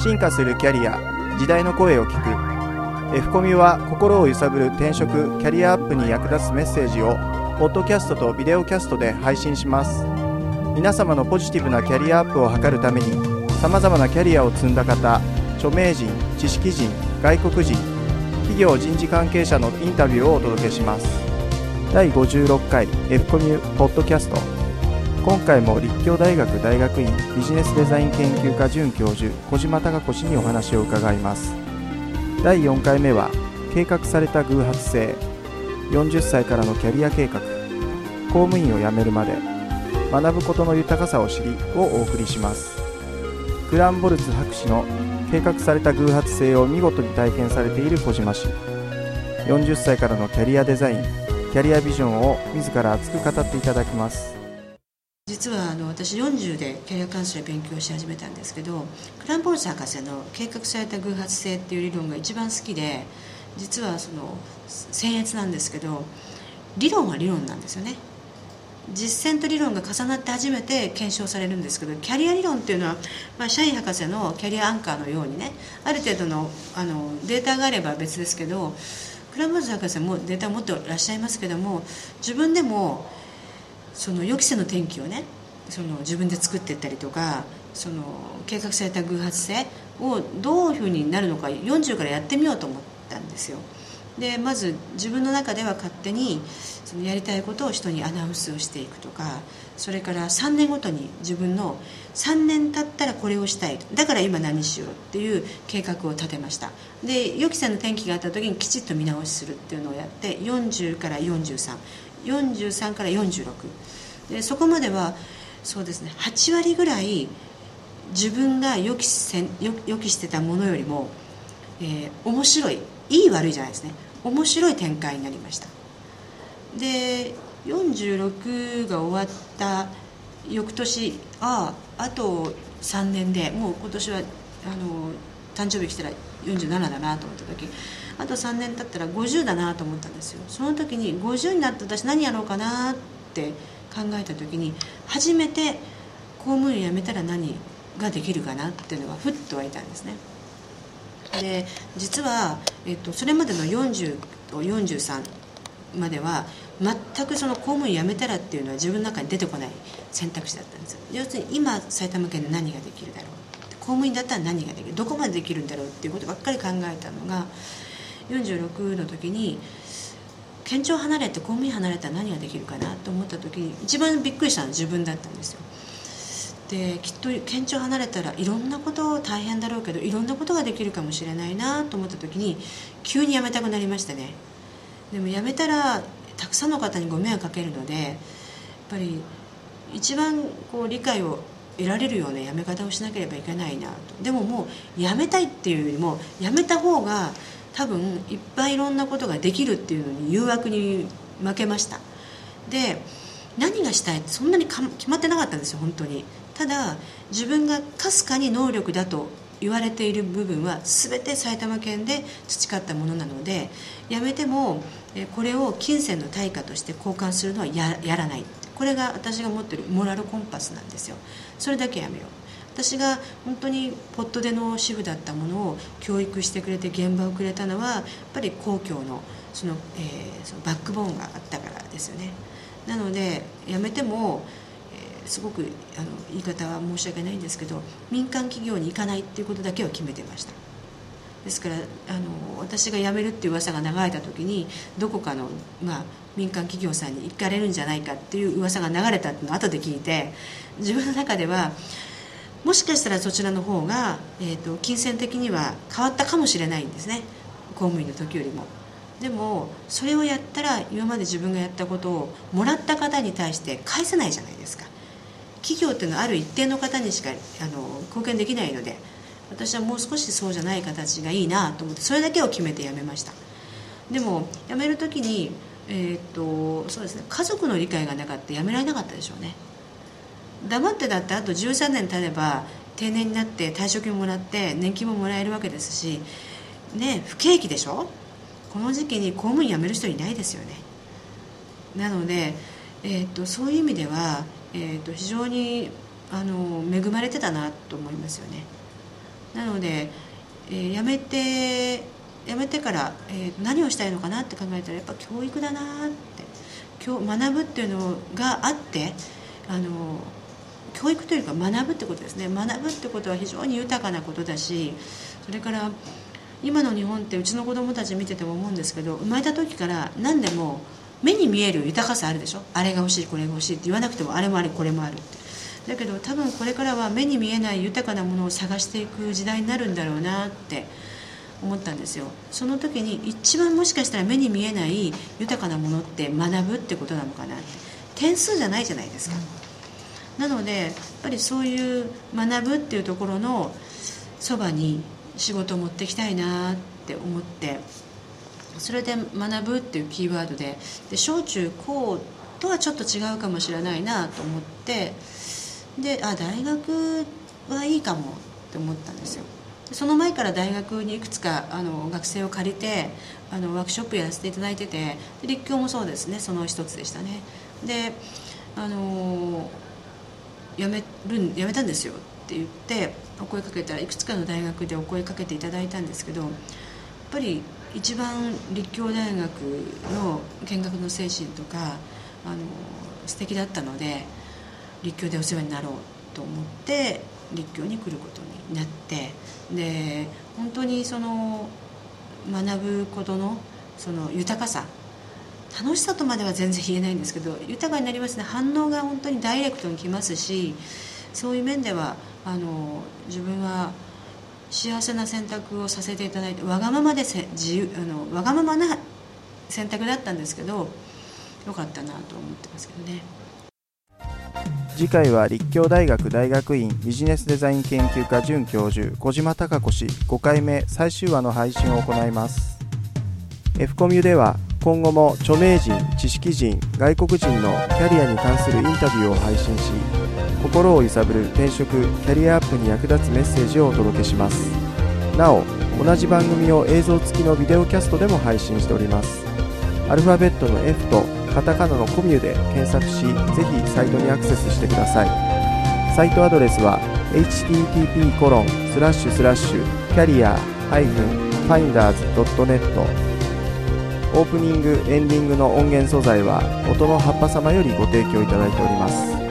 進化するキャリア、時代の声を聞く。 F コミは心を揺さぶる転職・キャリアアップに役立つメッセージをポッドキャストとビデオキャストで配信します。皆様のポジティブなキャリアアップを図るために、さまざまなキャリアを積んだ方、著名人、知識人、外国人、企業人事関係者のインタビューをお届けします。第56回 F コミュポッドキャスト。今回も立教大学大学院ビジネスデザイン研究科准教授小島貴子氏にお話を伺います。第4回目は計画された偶発性、40歳からのキャリア計画、公務員を辞めるまで学ぶことの豊かさを知りをお送りします。グランボルツ博士の計画された偶発性を見事に体験されている小島氏。40歳からのキャリアデザイン、キャリアビジョンを自ら熱く語っていただきます。 実は私40でキャリアカウンセラー勉強し始めたんですけど、グランボルツ博士の計画された偶発性っていう理論が一番好きで、実はその僭越なんですけど、理論は理論なんですよね。実践と理論が重なって初めて検証されるんですけど、キャリア理論っていうのは、社員博士のキャリアアンカーのようにね、ある程度のデータがあれば別ですけど、グランボルツ博士もデータを持っていらっしゃいますけども、自分でもその予期せぬ転機をね、その自分で作っていったりとか、その計画された偶発性をどういうふうになるのか40からやってみようと思ったんですよ。でまず自分の中では勝手にそのやりたいことを人にアナウンスをしていくとか、それから3年ごとに自分の3年経ったらこれをしたい、だから今何しようっていう計画を立てました。で予期せぬ転機があった時にきちっと見直しするっていうのをやって、40から43、43から46で、そこまではそうですね、8割ぐらい自分が予期してたものよりも、面白い、いい悪いじゃないですね、面白い展開になりました。で46が終わった翌年、あと3年でもう今年は誕生日来たら47だなと思った時、あと3年経ったら50だなと思ったんですよ。その時に50になって私何やろうかなって考えた時に、初めて公務員辞めたら何ができるかなっていうのがふっと湧いたんですね。で実は、それまでの40と43までは全くその公務員辞めたらっていうのは自分の中に出てこない選択肢だったんです。要するに今埼玉県で何ができるだろう、公務員だったら何ができる、どこまでできるんだろうっていうことばっかり考えたのが、46の時に県庁離れて公務員離れたら何ができるかなと思った時に、一番びっくりしたのは自分だったんですよ。できっと県庁離れたらいろんなこと大変だろうけど、いろんなことができるかもしれないなと思った時に、急に辞めたくなりましたね。でも辞めたらたくさんの方にご迷惑かけるので、やっぱり一番理解を得られるような辞め方をしなければいけないなと。でももう辞めたいっていうよりも、辞めた方が多分いっぱいいろんなことができるっていうのに誘惑に負けました。で何がしたいってそんなに決まってなかったんですよ、本当に。ただ自分がかすかに能力だと言われている部分は全て埼玉県で培ったものなので、辞めてもこれを金銭の対価として交換するのは やらない。これが私が持っているモラルコンパスなんですよ。それだけやめよう。私が本当にポットでの支部だったものを教育してくれて現場をくれたのは、やっぱり公共のそのバックボーンがあったからですよね。なので辞めても、すごく言い方は申し訳ないんですけど、民間企業に行かないっていうことだけは決めてました。ですから私が辞めるっていう噂が流れた時に、どこかの、民間企業さんに行かれるんじゃないかっていう噂が流れたっていうのを後で聞いて、自分の中ではもしかしたらそちらの方が、金銭的には変わったかもしれないんですね、公務員の時よりも。でもそれをやったら今まで自分がやったことをもらった方に対して返せないじゃないですか。企業っていうのはある一定の方にしか貢献できないので、私はもう少しそうじゃない形がいいなと思って、それだけを決めて辞めました。でも辞める時に、そうですね、家族の理解がなかったら辞められなかったでしょうね。黙ってだってあと13年経てば定年になって退職金もらって年金ももらえるわけですしね、不景気でしょ。この時期に公務員辞める人いないですよね。なので、そういう意味では、非常に恵まれてたなと思いますよね。 なので、辞めてから、何をしたいのかなって考えたらやっぱ教育だなって、学ぶっていうのがあって、教育というか学ぶってことですね。学ぶってことは非常に豊かなことだし、それから今の日本ってうちの子供たち見てても思うんですけど、生まれた時から何でも目に見える豊かさあるでしょ。あれが欲しいこれが欲しいって言わなくてもあれもあるこれもあるって。だけど多分これからは目に見えない豊かなものを探していく時代になるんだろうなって思ったんですよ。その時に一番もしかしたら目に見えない豊かなものって学ぶってことなのかなって。点数じゃないじゃないですか。なのでやっぱりそういう学ぶっていうところのそばに仕事を持っていきたいなって思って、それで学ぶっていうキーワードで小中高とはちょっと違うかもしれないなと思って、で大学はいいかもって思ったんですよ。その前から大学にいくつか学生を借りてワークショップやらせていただいてて、で立教もそうですね、その一つでしたね。で辞めたんですよって言ってお声かけたら、いくつかの大学でお声かけていただいたんですけど、やっぱり一番立教大学の見学の精神とか素敵だったので、立教でお世話になろうと思って立教に来ることになって、で本当にその学ぶことのその豊かさ、楽しさとまでは全然言えないんですけど、豊かになりますね。反応が本当にダイレクトにきますし、そういう面では自分は幸せな選択をさせていただいて、わがままな選択だったんですけど、よかったなと思ってますけどね。 次回は立教大学大学院ビジネスデザイン研究科准教授小島貴子氏5回目最終話の配信を行います。 F コミュでは今後も著名人、知識人、外国人のキャリアに関するインタビューを配信し、心を揺さぶる転職・キャリアアップに役立つメッセージをお届けします。なお、同じ番組を映像付きのビデオキャストでも配信しております。アルファベットの F とカタカナのコミュで検索し、ぜひサイトにアクセスしてください。サイトアドレスは http://career-finders.net。オープニング・エンディングの音源素材は音の葉っぱ様よりご提供いただいております。